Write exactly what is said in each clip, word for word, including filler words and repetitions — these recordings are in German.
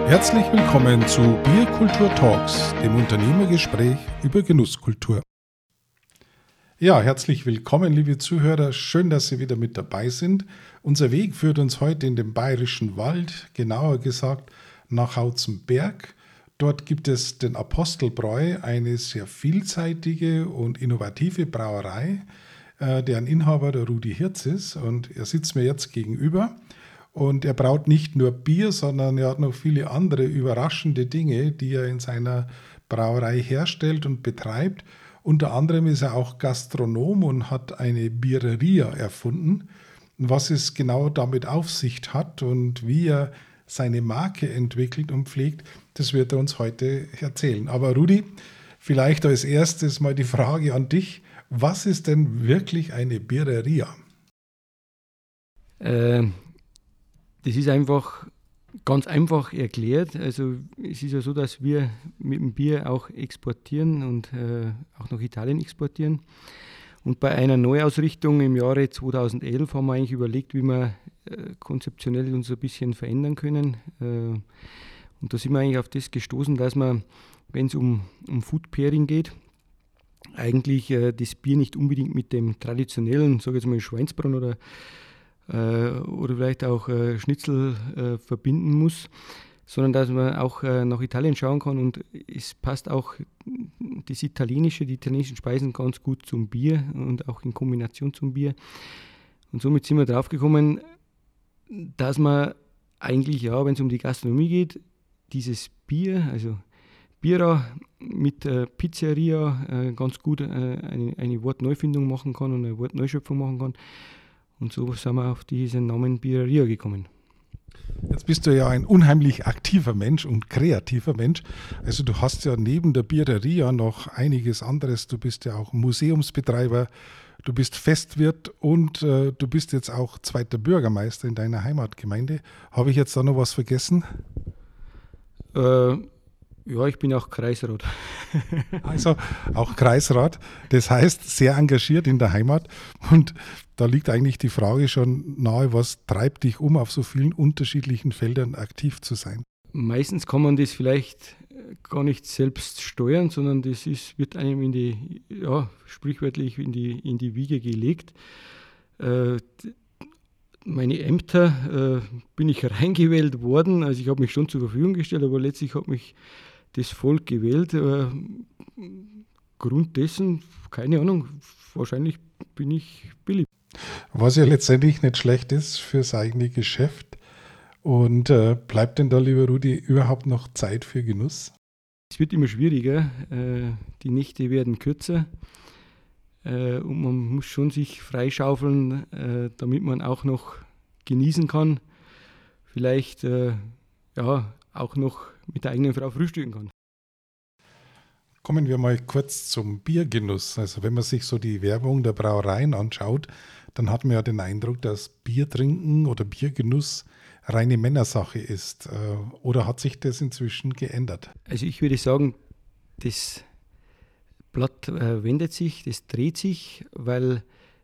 Herzlich willkommen zu Bierkultur Talks, dem Unternehmergespräch über Genusskultur. Ja, herzlich willkommen, liebe Zuhörer. Schön, dass Sie wieder mit dabei sind. Unser Weg führt uns heute in den Bayerischen Wald, genauer gesagt nach Hauzenberg. Dort gibt es den Apostelbräu, eine sehr vielseitige und innovative Brauerei, deren Inhaber der Rudi Hirz ist. Und er sitzt mir jetzt gegenüber. Und er braut nicht nur Bier, sondern er hat noch viele andere überraschende Dinge, die er in seiner Brauerei herstellt und betreibt. Unter anderem ist er auch Gastronom und hat eine Birreria erfunden. Was es genau damit auf sich hat und wie er seine Marke entwickelt und pflegt, das wird er uns heute erzählen. Aber Rudi, vielleicht als erstes mal die Frage an dich. Was ist denn wirklich eine Birreria? Äh, das ist einfach ganz einfach erklärt. Also es ist ja so, dass wir mit dem Bier auch exportieren und äh, auch nach Italien exportieren. Und bei einer Neuausrichtung im Jahre zweitausendelf haben wir eigentlich überlegt, wie wir äh, konzeptionell uns ein bisschen verändern können. Äh, und da sind wir eigentlich auf das gestoßen, dass man, wenn es um, um Food Pairing geht, eigentlich äh, das Bier nicht unbedingt mit dem traditionellen, sage ich jetzt mal Schweinsbraten oder, äh, oder vielleicht auch äh, Schnitzel äh, verbinden muss, sondern dass man auch äh, nach Italien schauen kann und es passt auch das Italienische, die italienischen Speisen ganz gut zum Bier und auch in Kombination zum Bier. Und somit sind wir drauf gekommen, dass man eigentlich, ja, wenn es um die Gastronomie geht, dieses Bier, also Bira mit äh, Pizzeria äh, ganz gut äh, eine, eine Wortneufindung machen kann und eine Wortneuschöpfung machen kann. Und so sind wir auf diesen Namen Birreria gekommen. Jetzt bist du ja ein unheimlich aktiver Mensch und kreativer Mensch. Also du hast ja neben der Birreria noch einiges anderes. Du bist ja auch Museumsbetreiber, du bist Festwirt und äh, du bist jetzt auch zweiter Bürgermeister in deiner Heimatgemeinde. Habe ich jetzt da noch was vergessen? Äh, Ja, ich bin auch Kreisrat. Also auch Kreisrat, das heißt sehr engagiert in der Heimat. Und da liegt eigentlich die Frage schon nahe, was treibt dich um, auf so vielen unterschiedlichen Feldern aktiv zu sein? Meistens kann man das vielleicht gar nicht selbst steuern, sondern das ist, wird einem in die, ja, sprichwörtlich in die, in die Wiege gelegt. Äh, Meine Ämter äh, bin ich reingewählt worden, also ich habe mich schon zur Verfügung gestellt, aber letztlich hat mich das Volk gewählt. Äh, Grund dessen, keine Ahnung, wahrscheinlich bin ich beliebt. Was ja letztendlich nicht schlecht ist fürs eigene Geschäft. Und äh, bleibt denn da, lieber Rudi, überhaupt noch Zeit für Genuss? Es wird immer schwieriger, äh, die Nächte werden kürzer äh, und man muss schon sich freischaufeln, äh, damit man auch noch genießen kann. Vielleicht äh, ja, auch noch mit der eigenen Frau frühstücken kann. Kommen wir mal kurz zum Biergenuss. Also wenn man sich so die Werbung der Brauereien anschaut, dann hat man ja den Eindruck, dass Bier trinken oder Biergenuss reine Männersache ist. Oder hat sich das inzwischen geändert? Also ich würde sagen, das Blatt äh, wendet sich, das dreht sich, weil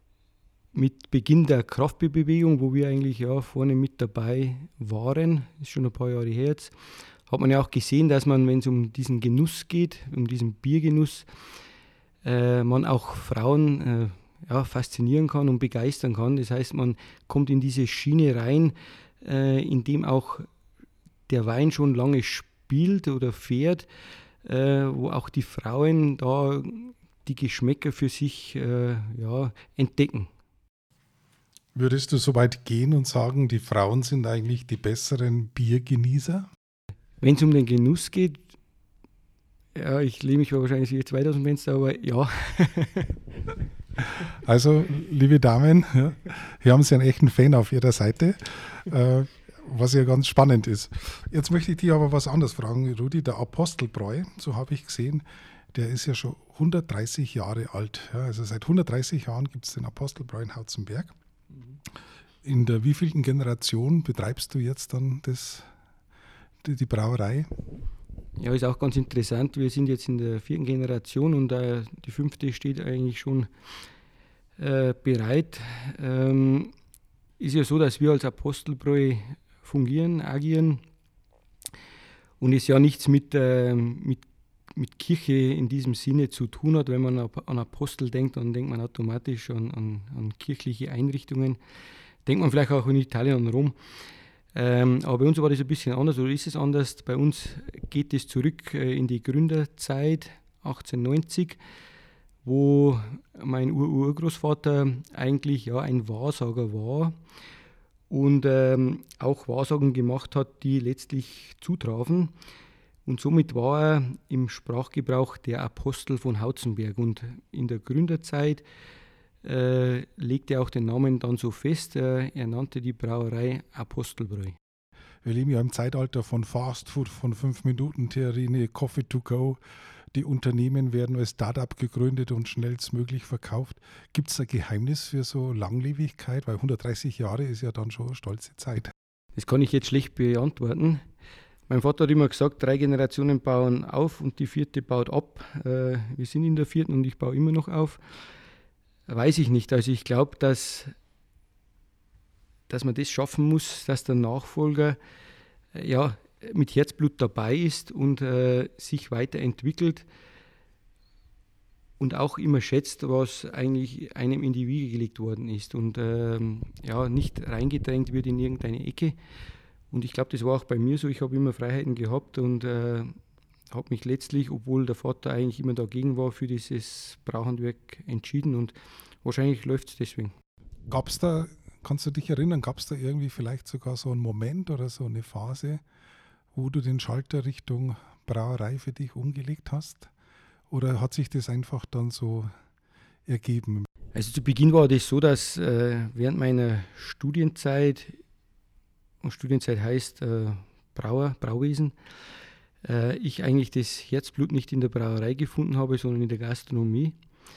mit Beginn der Kraftbierbewegung, wo wir eigentlich ja vorne mit dabei waren, ist schon ein paar Jahre her jetzt, hat man ja auch gesehen, dass man, wenn es um diesen Genuss geht, um diesen Biergenuss, äh, man auch Frauen äh, ja, faszinieren kann und begeistern kann. Das heißt, man kommt in diese Schiene rein, äh, in dem auch der Wein schon lange spielt oder fährt, äh, wo auch die Frauen da die Geschmäcker für sich äh, ja, entdecken. Würdest du so weit gehen und sagen, die Frauen sind eigentlich die besseren Biergenießer? Wenn es um den Genuss geht, ja, ich lehne mich wahrscheinlich jetzt weit aus dem Fenster, aber ja. Also, liebe Damen, ja, hier haben Sie einen echten Fan auf Ihrer Seite, äh, was ja ganz spannend ist. Jetzt möchte ich dich aber was anderes fragen, Rudi. Der Apostelbräu, so habe ich gesehen, der ist ja schon hundertdreißig Jahre alt. Ja, also seit hundertdreißig Jahren gibt es den Apostelbräu in Hauzenberg. In der wievielten Generation betreibst du jetzt dann das, die, die Brauerei? Ja, ist auch ganz interessant. Wir sind jetzt in der vierten Generation und äh, die fünfte steht eigentlich schon äh, bereit. Ähm, ist ja so, dass wir als Apostelbräu fungieren, agieren. und es ja nichts mit, äh, mit, mit Kirche in diesem Sinne zu tun hat. Wenn man an Apostel denkt, dann denkt man automatisch an, an, an kirchliche Einrichtungen. Denkt man vielleicht auch in Italien an Rom. Ähm, aber bei uns war das ein bisschen anders, oder ist es anders? Bei uns geht es zurück äh, in die Gründerzeit achtzehnhundertneunzig, wo mein Ur-Urgroßvater eigentlich ja, ein Wahrsager war und ähm, auch Wahrsagen gemacht hat, die letztlich zutrafen. Und somit war er im Sprachgebrauch der Apostel von Hautzenberg. Und in der Gründerzeit äh, legte er auch den Namen dann so fest. Äh, er nannte die Brauerei Apostelbräu. Wir leben ja im Zeitalter von Fast Food, von fünf Minuten Terrine, Coffee to go. Die Unternehmen werden als Start-up gegründet und schnellstmöglich verkauft. Gibt es ein Geheimnis für so Langlebigkeit? Weil hundertdreißig Jahre ist ja dann schon eine stolze Zeit. Das kann ich jetzt schlecht beantworten. Mein Vater hat immer gesagt, drei Generationen bauen auf und die vierte baut ab. Äh, wir sind in der vierten und ich baue immer noch auf. Weiß ich nicht. Also ich glaube, dass, dass man das schaffen muss, dass der Nachfolger äh, ja, mit Herzblut dabei ist und äh, sich weiterentwickelt und auch immer schätzt, was eigentlich einem in die Wiege gelegt worden ist und ähm, ja, nicht reingedrängt wird in irgendeine Ecke. Und ich glaube, das war auch bei mir so. Ich habe immer Freiheiten gehabt und äh, habe mich letztlich, obwohl der Vater eigentlich immer dagegen war, für dieses Brauhandwerk entschieden und wahrscheinlich läuft es deswegen. Gab es da, kannst du dich erinnern, gab es da irgendwie vielleicht sogar so einen Moment oder so eine Phase, wo du den Schalter Richtung Brauerei für dich umgelegt hast? Oder hat sich das einfach dann so ergeben? Also zu Beginn war das so, dass äh, während meiner Studienzeit, und Studienzeit heißt äh, Brauer, Brauwesen, äh, ich eigentlich das Herzblut nicht in der Brauerei gefunden habe, sondern in der Gastronomie.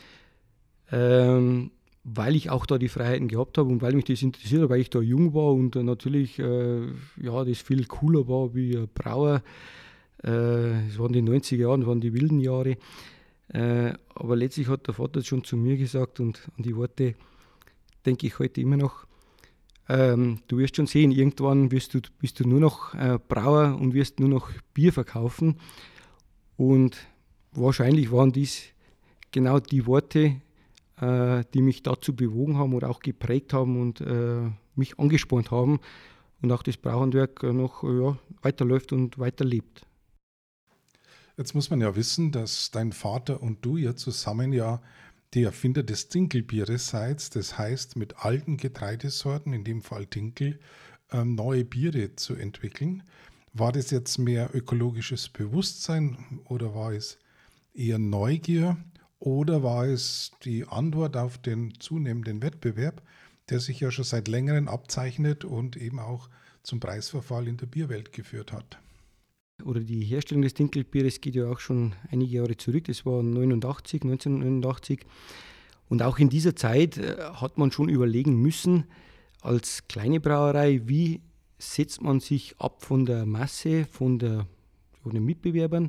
Ähm, weil ich auch da die Freiheiten gehabt habe und weil mich das interessiert hat, weil ich da jung war und äh, natürlich äh, ja, das viel cooler war wie ein Brauer. Äh, es waren die neunziger Jahre, das waren die wilden Jahre. Äh, aber letztlich hat der Vater schon zu mir gesagt und an die Worte denke ich heute immer noch, ähm, du wirst schon sehen, irgendwann wirst du, bist du nur noch äh, Brauer und wirst nur noch Bier verkaufen. Und wahrscheinlich waren dies genau die Worte, die mich dazu bewogen haben oder auch geprägt haben und äh, mich angespornt haben und auch das Brauhandwerk noch ja, weiterläuft und weiterlebt. Jetzt muss man ja wissen, dass dein Vater und du ja zusammen ja die Erfinder des Dinkelbieres seid. Das heißt, mit alten Getreidesorten, in dem Fall Dinkel, ähm, neue Biere zu entwickeln. War das jetzt mehr ökologisches Bewusstsein oder war es eher Neugier? Oder war es die Antwort auf den zunehmenden Wettbewerb, der sich ja schon seit längerem abzeichnet und eben auch zum Preisverfall in der Bierwelt geführt hat? Oder die Herstellung des Dinkelbieres geht ja auch schon einige Jahre zurück. Das war neunzehnhundertneunundachtzig. Und auch in dieser Zeit hat man schon überlegen müssen, als kleine Brauerei, wie setzt man sich ab von der Masse, von, der, von den Mitbewerbern.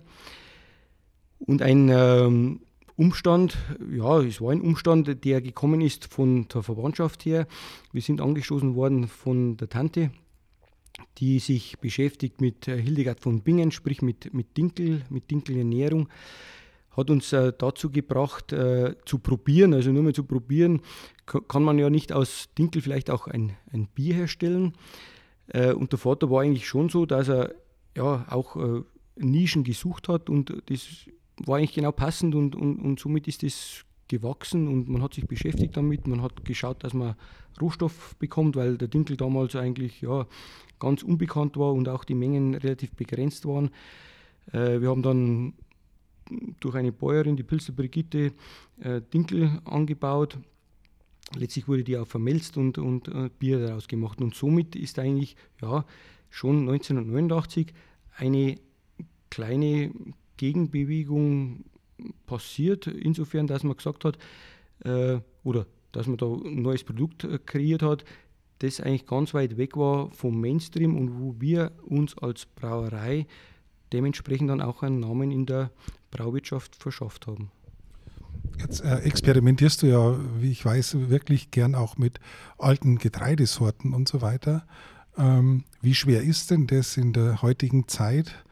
Und ein ähm, Umstand, ja, es war ein Umstand, der gekommen ist von der Verwandtschaft her. Wir sind angestoßen worden von der Tante, die sich beschäftigt mit Hildegard von Bingen, sprich mit, mit Dinkel, mit Dinkelernährung, hat uns äh, dazu gebracht, äh, zu probieren, also nur mal zu probieren, k- kann man ja nicht aus Dinkel vielleicht auch ein, ein Bier herstellen. Äh, und der Vater war eigentlich schon so, dass er ja auch äh, Nischen gesucht hat und das war eigentlich genau passend und, und, und somit ist es gewachsen und man hat sich beschäftigt damit, man hat geschaut, dass man Rohstoff bekommt, weil der Dinkel damals eigentlich ja, ganz unbekannt war und auch die Mengen relativ begrenzt waren. Äh, wir haben dann durch eine Bäuerin, die Pilzer Brigitte, äh, Dinkel angebaut. Letztlich wurde die auch vermelzt und, und äh, Bier daraus gemacht und somit ist eigentlich ja, schon neunzehnhundertneunundachtzig eine kleine Gegenbewegung passiert, insofern, dass man gesagt hat, äh, oder dass man da ein neues Produkt äh, kreiert hat, das eigentlich ganz weit weg war vom Mainstream und wo wir uns als Brauerei dementsprechend dann auch einen Namen in der Brauwirtschaft verschafft haben. Jetzt äh, experimentierst du ja, wie ich weiß, wirklich gern auch mit alten Getreidesorten und so weiter. Ähm, wie schwer ist denn das in der heutigen Zeit,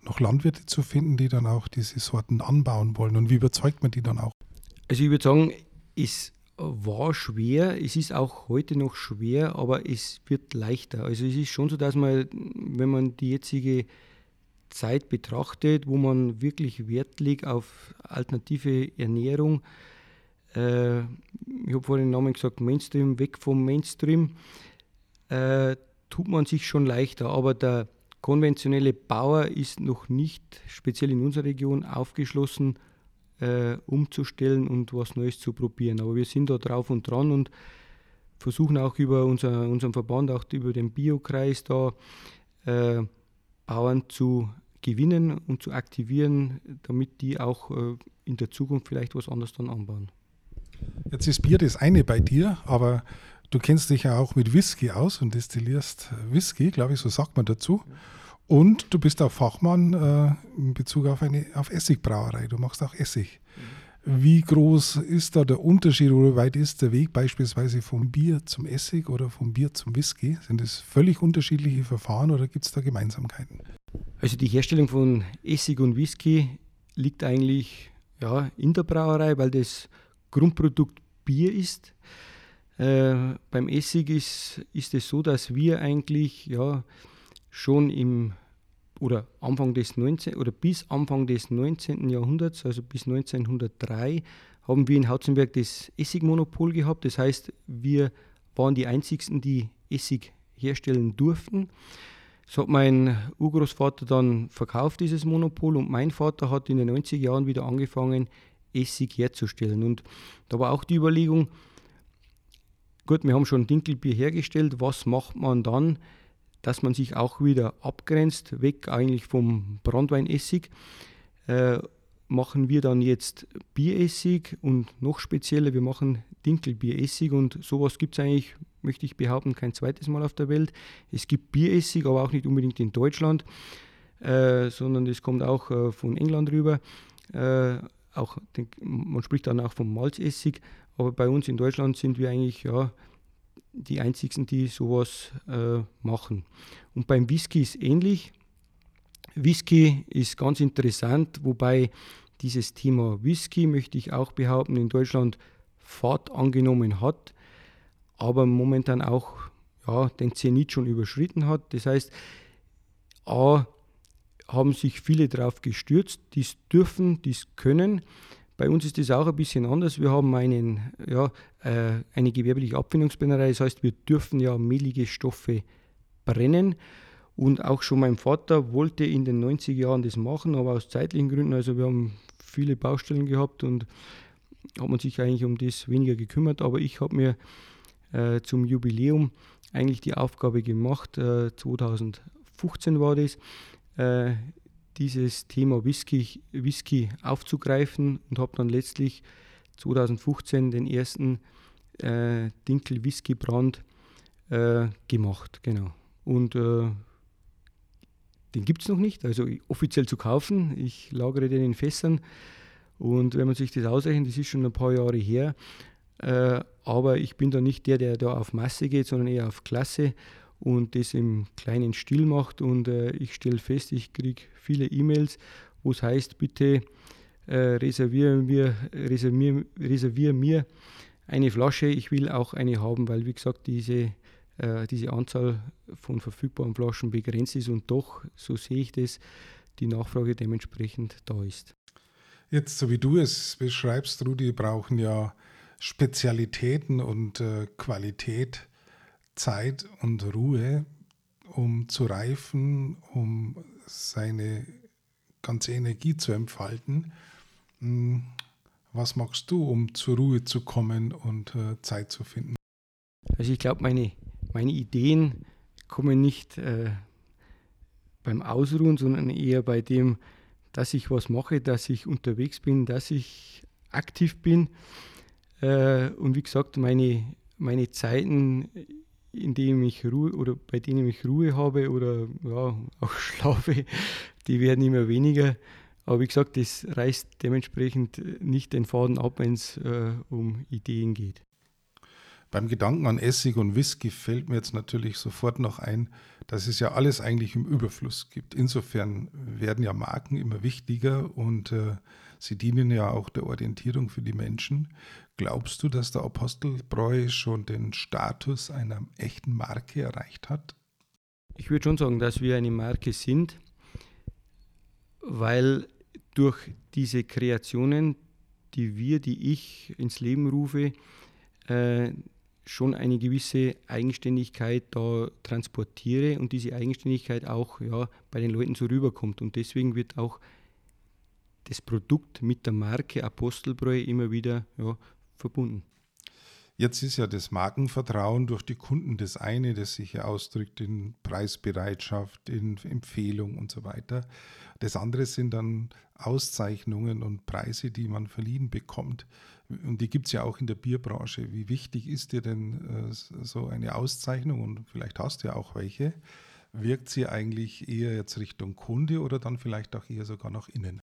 noch Landwirte zu finden, die dann auch diese Sorten anbauen wollen? Und wie überzeugt man die dann auch? Also ich würde sagen, es war schwer, es ist auch heute noch schwer, aber es wird leichter. Also es ist schon so, dass man, wenn man die jetzige Zeit betrachtet, wo man wirklich Wert legt auf alternative Ernährung, äh, ich habe vorhin den Namen gesagt, Mainstream, weg vom Mainstream, äh, tut man sich schon leichter, aber der konventionelle Bauer ist noch nicht, speziell in unserer Region, aufgeschlossen, Äh, umzustellen und was Neues zu probieren. Aber wir sind da drauf und dran und versuchen auch über unser, unseren Verband, auch über den Biokreis da äh, Bauern zu gewinnen und zu aktivieren, damit die auch äh, in der Zukunft vielleicht was anderes dann anbauen. Jetzt ist Bier das eine bei dir, aber du kennst dich ja auch mit Whisky aus und destillierst Whisky, glaube ich, so sagt man dazu. Und du bist auch Fachmann äh, in Bezug auf eine auf Essigbrauerei. Du machst auch Essig. Mhm. Wie groß ist da der Unterschied oder wie weit ist der Weg beispielsweise vom Bier zum Essig oder vom Bier zum Whisky? Sind das völlig unterschiedliche Verfahren oder gibt es da Gemeinsamkeiten? Also die Herstellung von Essig und Whisky liegt eigentlich ja, in der Brauerei, weil das Grundprodukt Bier ist. Äh, beim Essig ist, ist es so, dass wir eigentlich ja, schon im oder Anfang des neunzehnten oder bis Anfang des neunzehnten Jahrhunderts, also bis neunzehnhundertdrei, haben wir in Hautzenberg das Essigmonopol gehabt. Das heißt, wir waren die einzigsten, die Essig herstellen durften. Das hat mein Urgroßvater dann verkauft, dieses Monopol, und mein Vater hat in den neunziger Jahren wieder angefangen, Essig herzustellen. Und da war auch die Überlegung, gut, wir haben schon Dinkelbier hergestellt, was macht man dann, dass man sich auch wieder abgrenzt, weg eigentlich vom Branntweinessig, äh, machen wir dann jetzt Bieressig und noch spezieller, wir machen Dinkelbieressig, und sowas gibt es eigentlich, möchte ich behaupten, kein zweites Mal auf der Welt. Es gibt Bieressig, aber auch nicht unbedingt in Deutschland, äh, sondern das kommt auch äh, von England rüber. Äh, auch den, man spricht dann auch vom Malzessig, aber bei uns in Deutschland sind wir eigentlich ja die einzigsten, die sowas äh, machen. Und beim Whisky ist ähnlich. Whisky ist ganz interessant, wobei dieses Thema Whisky, möchte ich auch behaupten, in Deutschland Fahrt angenommen hat, aber momentan auch ja, den Zenit schon überschritten hat. Das heißt, A, haben sich viele darauf gestürzt, die es dürfen, die es können. Bei uns ist das auch ein bisschen anders. Wir haben einen, ja, äh, eine gewerbliche Abfindungsbrennerei, das heißt, wir dürfen ja mehlige Stoffe brennen. Und auch schon mein Vater wollte in den neunziger Jahren das machen, aber aus zeitlichen Gründen, also wir haben viele Baustellen gehabt und hat man sich eigentlich um das weniger gekümmert. Aber ich habe mir äh, zum Jubiläum eigentlich die Aufgabe gemacht, äh, zweitausendfünfzehn war das, äh, dieses Thema Whisky, Whisky aufzugreifen, und habe dann letztlich zweitausendfünfzehn den ersten äh, Dinkel-Whisky-Brand äh, gemacht. Genau. Und äh, den gibt es noch nicht, also offiziell zu kaufen. Ich lagere den in Fässern, und wenn man sich das ausrechnet, das ist schon ein paar Jahre her. Äh, aber ich bin da nicht der, der da auf Masse geht, sondern eher auf Klasse und das im kleinen Stil macht. Und äh, ich stelle fest, ich kriege viele E-Mails, wo es heißt, bitte äh, reserviere mir, reservier, reservier mir eine Flasche, ich will auch eine haben, weil wie gesagt diese, äh, diese Anzahl von verfügbaren Flaschen begrenzt ist und doch, so sehe ich das, die Nachfrage dementsprechend da ist. Jetzt, so wie du es beschreibst, Rudi, brauchen ja Spezialitäten und äh, Qualität, Zeit und Ruhe, um zu reifen, um seine ganze Energie zu entfalten. Was machst du, um zur Ruhe zu kommen und äh, Zeit zu finden? Also ich glaube, meine, meine Ideen kommen nicht äh, beim Ausruhen, sondern eher bei dem, dass ich was mache, dass ich unterwegs bin, dass ich aktiv bin. Äh, und wie gesagt, meine, meine Zeiten, in denen ich Ruhe oder bei denen ich Ruhe habe oder ja, auch schlafe, die werden immer weniger. Aber wie gesagt, das reißt dementsprechend nicht den Faden ab, wenn es äh, um Ideen geht. Beim Gedanken an Essig und Whisky fällt mir jetzt natürlich sofort noch ein, dass es ja alles eigentlich im Überfluss gibt. Insofern werden ja Marken immer wichtiger und äh, sie dienen ja auch der Orientierung für die Menschen. Glaubst du, dass der Apostelbräu schon den Status einer echten Marke erreicht hat? Ich würde schon sagen, dass wir eine Marke sind, weil durch diese Kreationen, die wir, die ich ins Leben rufe, äh, schon eine gewisse Eigenständigkeit da transportiere und diese Eigenständigkeit auch ja, bei den Leuten so rüberkommt. Und deswegen wird auch das Produkt mit der Marke Apostelbräu immer wieder ja, verbunden. Jetzt ist ja das Markenvertrauen durch die Kunden das eine, das sich ja ausdrückt in Preisbereitschaft, in Empfehlung und so weiter. Das andere sind dann Auszeichnungen und Preise, die man verliehen bekommt. Und die gibt es ja auch in der Bierbranche. Wie wichtig ist dir denn äh, so eine Auszeichnung? Und vielleicht hast du ja auch welche. Wirkt sie eigentlich eher jetzt Richtung Kunde oder dann vielleicht auch eher sogar nach innen?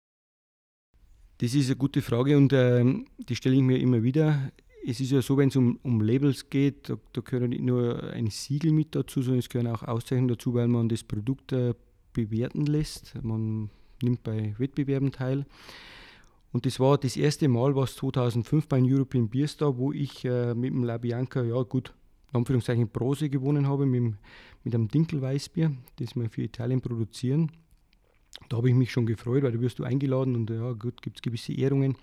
Das ist eine gute Frage und äh, die stelle ich mir immer wieder. Es ist ja so, wenn es um, um Labels geht, da, da gehört nicht nur ein Siegel mit dazu, sondern es gehören auch Auszeichnungen dazu, weil man das Produkt äh, bewerten lässt. Man nimmt bei Wettbewerben teil. Und das war das erste Mal, was zweitausendfünf beim European Beer Star, wo ich äh, mit dem La Bianca, ja gut, in Anführungszeichen Bronze gewonnen habe, mit, dem, mit einem Dinkelweißbier, das wir für Italien produzieren. Da habe ich mich schon gefreut, weil da wirst du eingeladen und ja gut, gibt es gewisse Ehrungen.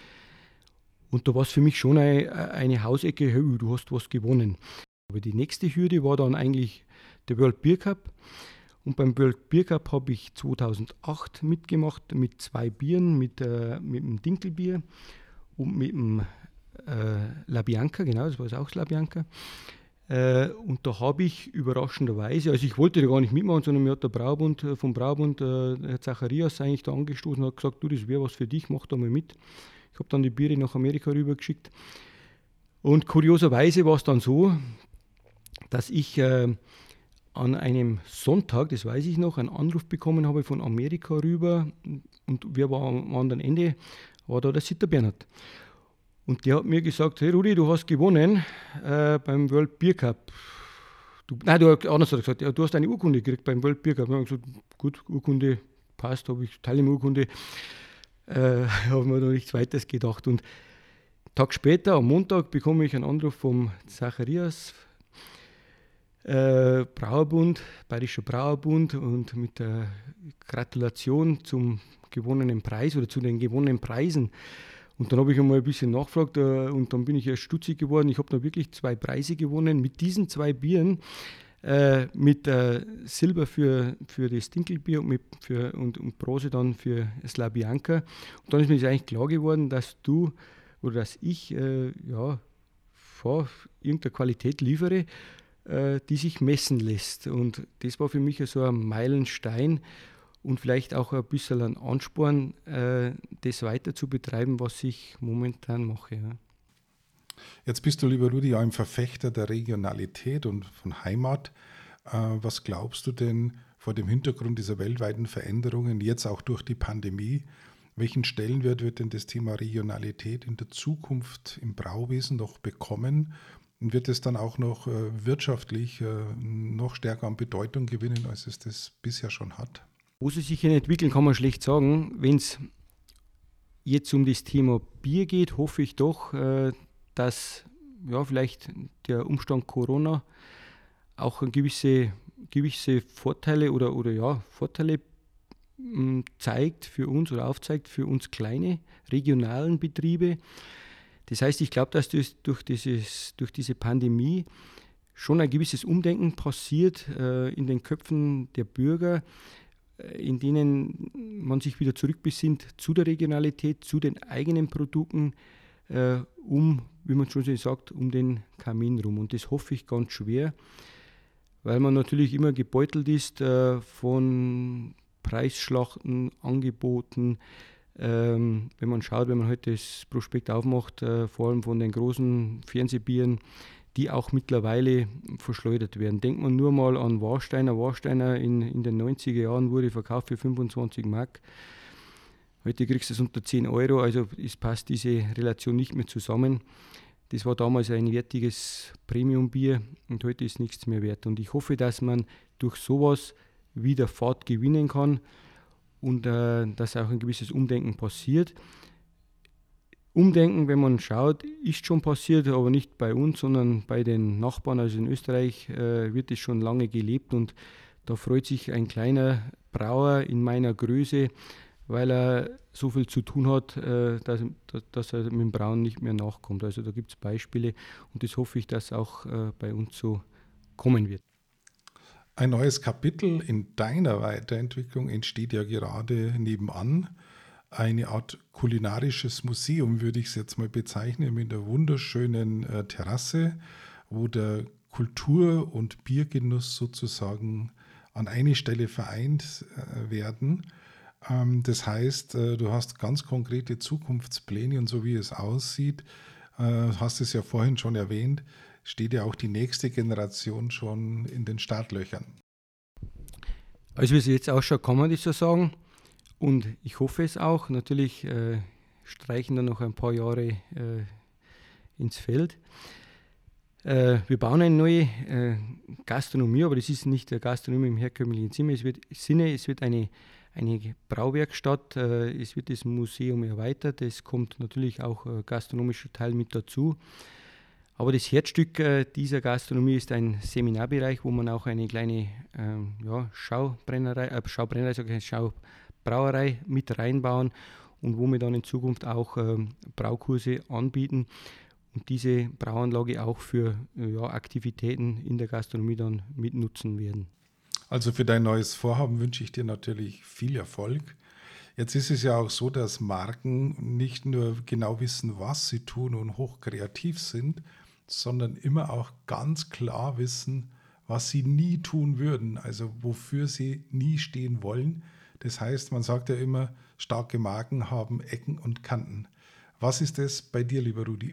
Und da war es für mich schon eine, eine Hausecke, hey, du hast was gewonnen. Aber die nächste Hürde war dann eigentlich der World Beer Cup. Und beim World Beer Cup habe ich zweitausendacht mitgemacht mit zwei Bieren, mit, äh, mit dem Dinkelbier und mit dem äh, La Bianca, genau, das war auch das La Bianca. Äh, und da habe ich überraschenderweise, also ich wollte da gar nicht mitmachen, sondern mir hat der Braubund, äh, vom Braubund, äh, Herr Zacharias, eigentlich da angestoßen und hat gesagt, du, das wäre was für dich, mach da mal mit. Ich habe dann die Biere nach Amerika rübergeschickt. Und kurioserweise war es dann so, dass ich äh, an einem Sonntag, das weiß ich noch, einen Anruf bekommen habe von Amerika rüber. Und wir waren am anderen Ende, war da der Sitter Bernhard. Und der hat mir gesagt, hey Rudi, du hast gewonnen äh, beim World Beer Cup. Du, nein, du, anders hat er gesagt, ja, du hast eine Urkunde gekriegt beim World Beer Cup. Ich habe gesagt, gut, Urkunde passt, habe ich Teilnehmerurkunde. Äh, habe mir noch nichts weiteres gedacht. Und einen Tag später, am Montag, bekomme ich einen Anruf vom Zacharias, äh, Brauerbund, Bayerischer Brauerbund, und mit der Gratulation zum gewonnenen Preis oder zu den gewonnenen Preisen. Und dann habe ich einmal ein bisschen nachgefragt äh, und dann bin ich erst stutzig geworden. Ich habe da wirklich zwei Preise gewonnen mit diesen zwei Bieren. Äh, mit äh, Silber für, für das Dinkelbier und, mit, für, und, und Bronze dann für das La Bianca. Und dann ist mir das eigentlich klar geworden, dass du oder dass ich äh, ja, vor irgendeiner Qualität liefere, äh, die sich messen lässt. Und das war für mich so ein Meilenstein und vielleicht auch ein bisschen ein Ansporn, äh, das weiter zu betreiben, was ich momentan mache. Ja. Jetzt bist du, lieber Rudi, ein Verfechter der Regionalität und von Heimat. Äh, was glaubst du denn vor dem Hintergrund dieser weltweiten Veränderungen, jetzt auch durch die Pandemie, welchen Stellenwert wird denn das Thema Regionalität in der Zukunft im Brauwesen noch bekommen? Und wird es dann auch noch äh, wirtschaftlich äh, noch stärker an Bedeutung gewinnen, als es das bisher schon hat? Wo sie sich entwickeln, kann man schlecht sagen. Wenn es jetzt um das Thema Bier geht, hoffe ich doch, äh, dass ja, vielleicht der Umstand Corona auch gewisse, gewisse Vorteile oder, oder ja, Vorteile mh, zeigt für uns oder aufzeigt für uns kleine regionalen Betriebe. Das heißt, ich glaube, dass das durch, dieses, durch diese Pandemie schon ein gewisses Umdenken passiert äh, in den Köpfen der Bürger, in denen man sich wieder zurückbesinnt zu der Regionalität, zu den eigenen Produkten, äh, um, wie man schon sagt, um den Kamin rum. Und das hoffe ich ganz schwer, weil man natürlich immer gebeutelt ist äh, von Preisschlachten, Angeboten. Ähm, wenn man schaut, wenn man heute das Prospekt aufmacht, äh, vor allem von den großen Fernsehbieren, die auch mittlerweile verschleudert werden. Denkt man nur mal an Warsteiner. Warsteiner in, in den neunziger Jahren wurde verkauft für fünfundzwanzig Mark. Heute kriegst du es unter zehn Euro, also es passt diese Relation nicht mehr zusammen. das war damals ein wertiges Premium-Bier und heute ist nichts mehr wert. Und ich hoffe, dass man durch sowas wieder Fahrt gewinnen kann und äh, dass auch ein gewisses Umdenken passiert. Umdenken, wenn man schaut, ist schon passiert, aber nicht bei uns, sondern bei den Nachbarn. Also in Österreich äh, wird es schon lange gelebt und da freut sich ein kleiner Brauer in meiner Größe, weil er so viel zu tun hat, äh, dass, dass er mit dem Brauen nicht mehr nachkommt. Also da gibt es Beispiele und das hoffe ich, dass auch äh, bei uns so kommen wird. Ein neues Kapitel in deiner Weiterentwicklung entsteht ja gerade nebenan. Eine Art kulinarisches Museum, würde ich es jetzt mal bezeichnen, mit einer wunderschönen äh, Terrasse, wo der Kultur- und Biergenuss sozusagen an eine Stelle vereint äh, werden. Ähm, das heißt, äh, du hast ganz konkrete Zukunftspläne und so wie es aussieht, äh, hast es ja vorhin schon erwähnt, steht ja auch die nächste Generation schon in den Startlöchern. Also wie es jetzt ausschaut, kann man das so sagen. Und ich hoffe es auch. Natürlich äh, streichen dann noch ein paar Jahre äh, ins Feld. Äh, wir bauen eine neue äh, Gastronomie, aber das ist nicht der Gastronomie im herkömmlichen Sinne. Es wird, Sinne, es wird eine, eine Brauwerkstatt, äh, es wird das Museum erweitert. Es kommt natürlich auch ein gastronomischer Teil mit dazu. Aber das Herzstück äh, dieser Gastronomie ist ein Seminarbereich, wo man auch eine kleine ähm, ja, Schaubrennerei, äh, Schaubrennerei, sage ich, Schaubrauerei mit reinbauen und wo wir dann in Zukunft auch ähm, Braukurse anbieten und diese Brauanlage auch für ja, Aktivitäten in der Gastronomie dann mitnutzen werden. Also für dein neues Vorhaben wünsche ich dir natürlich viel Erfolg. Jetzt ist es ja auch so, dass Marken nicht nur genau wissen, was sie tun und hochkreativ sind, sondern immer auch ganz klar wissen, was sie nie tun würden, also wofür sie nie stehen wollen. Das heißt, man sagt ja immer, starke Marken haben Ecken und Kanten. Was ist das bei dir, lieber Rudi?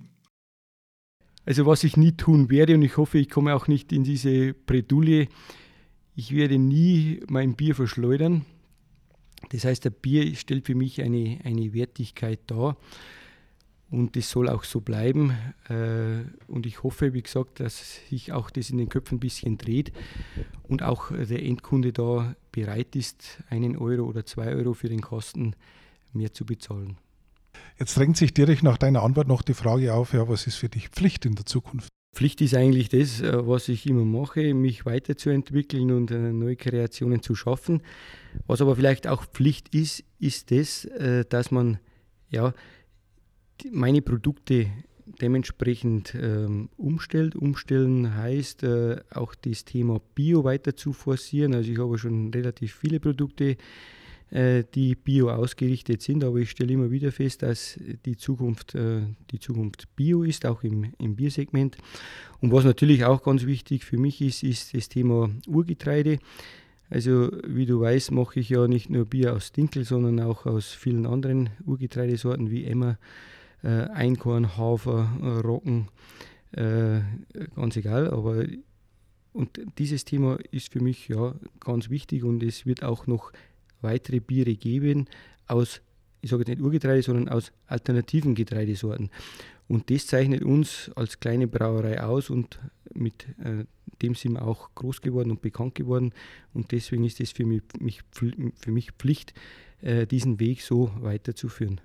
Also was ich nie tun werde, und ich hoffe, ich komme auch nicht in diese Bredouille, ich werde nie mein Bier verschleudern. Das heißt, der Bier stellt für mich eine, eine Wertigkeit dar und das soll auch so bleiben. Und ich hoffe, wie gesagt, dass sich auch das in den Köpfen ein bisschen dreht und auch der Endkunde da bereit ist, einen Euro oder zwei Euro für den Kasten mehr zu bezahlen. Jetzt drängt sich direkt nach deiner Antwort noch die Frage auf, ja, was ist für dich Pflicht in der Zukunft? Pflicht ist eigentlich das, was ich immer mache, mich weiterzuentwickeln und neue Kreationen zu schaffen. Was aber vielleicht auch Pflicht ist, ist das, dass man ja, meine Produkte dementsprechend ähm, umstellt. Umstellen heißt äh, auch das Thema Bio weiter zu forcieren. Also ich habe schon relativ viele Produkte, äh, die bio ausgerichtet sind, aber ich stelle immer wieder fest, dass die Zukunft, äh, die Zukunft Bio ist, auch im, im Biersegment. Und was natürlich auch ganz wichtig für mich ist, ist das Thema Urgetreide. Also wie du weißt, mache ich ja nicht nur Bier aus Dinkel, sondern auch aus vielen anderen Urgetreidesorten wie Emmer, äh, Einkorn, Hafer, äh, Roggen, äh, ganz egal. Aber und dieses Thema ist für mich ja ganz wichtig und es wird auch noch weitere Biere geben aus, ich sage jetzt nicht Urgetreide, sondern aus alternativen Getreidesorten. Und das zeichnet uns als kleine Brauerei aus und mit äh, dem sind wir auch groß geworden und bekannt geworden. Und deswegen ist es für mich, mich, für mich Pflicht, äh, diesen Weg so weiterzuführen.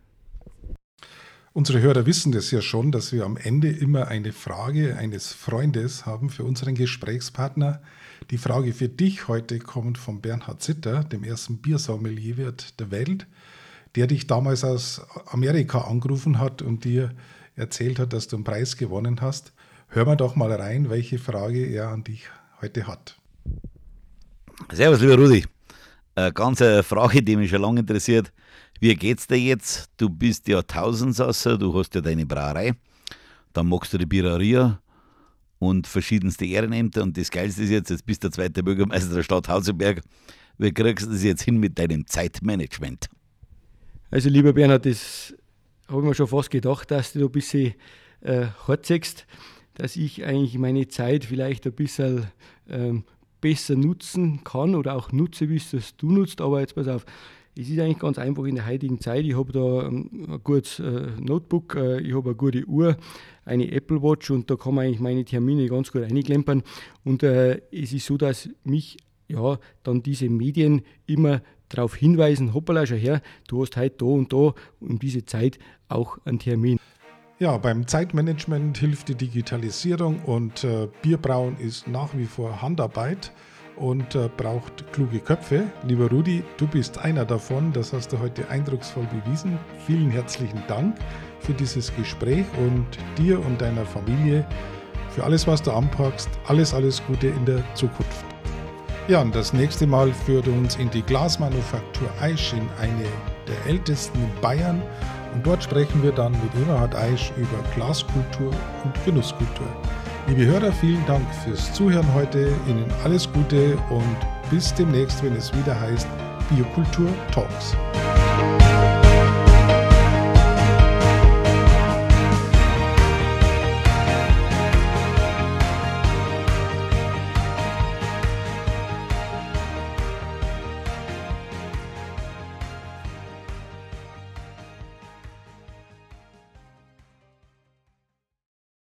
Unsere Hörer wissen das ja schon, dass wir am Ende immer eine Frage eines Freundes haben für unseren Gesprächspartner. Die Frage für dich heute kommt von Bernhard Zitter, dem ersten Biersommelier der Welt, der dich damals aus Amerika angerufen hat und dir erzählt hat, dass du einen Preis gewonnen hast. Hören wir doch mal rein, welche Frage er an dich heute hat. Servus, lieber Rudi. Eine ganze Frage, die mich schon lange interessiert. Wie geht's dir jetzt? Du bist ja Tausendsasser, du hast ja deine Brauerei, dann machst du die Biereria und verschiedenste Ehrenämter und das Geilste ist jetzt, jetzt bist du der zweite Bürgermeister der Stadt Hausenberg. Wie kriegst du das jetzt hin mit deinem Zeitmanagement? Also lieber Bernhard, das habe ich mir schon fast gedacht, dass du ein bisschen äh, hart sagst, dass ich eigentlich meine Zeit vielleicht ein bisschen ähm, besser nutzen kann oder auch nutze, wie es das du nutzt, aber jetzt pass auf. das ist eigentlich ganz einfach in der heutigen Zeit. Ich habe da ein gutes Notebook, ich habe eine gute Uhr, eine Apple Watch und da kann man eigentlich meine Termine ganz gut reinklempern. Und äh, es ist so, dass mich ja dann diese Medien immer darauf hinweisen, hoppala, schau her, du hast heute da und da um diese Zeit auch einen Termin. Ja, beim Zeitmanagement hilft die Digitalisierung und äh, Bierbrauen ist nach wie vor Handarbeit und äh, braucht kluge Köpfe. Lieber Rudi, du bist einer davon, das hast du heute eindrucksvoll bewiesen. Vielen herzlichen Dank für dieses Gespräch und dir und deiner Familie für alles, was du anpackst. Alles, alles Gute in der Zukunft. Ja, und das nächste Mal führt uns in die Glasmanufaktur Aisch, in eine der ältesten in Bayern. Und dort sprechen wir dann mit Eberhard Aisch über Glaskultur und Genusskultur. Liebe Hörer, vielen Dank fürs Zuhören heute. Ihnen alles Gute und bis demnächst, wenn es wieder heißt Biokultur Talks.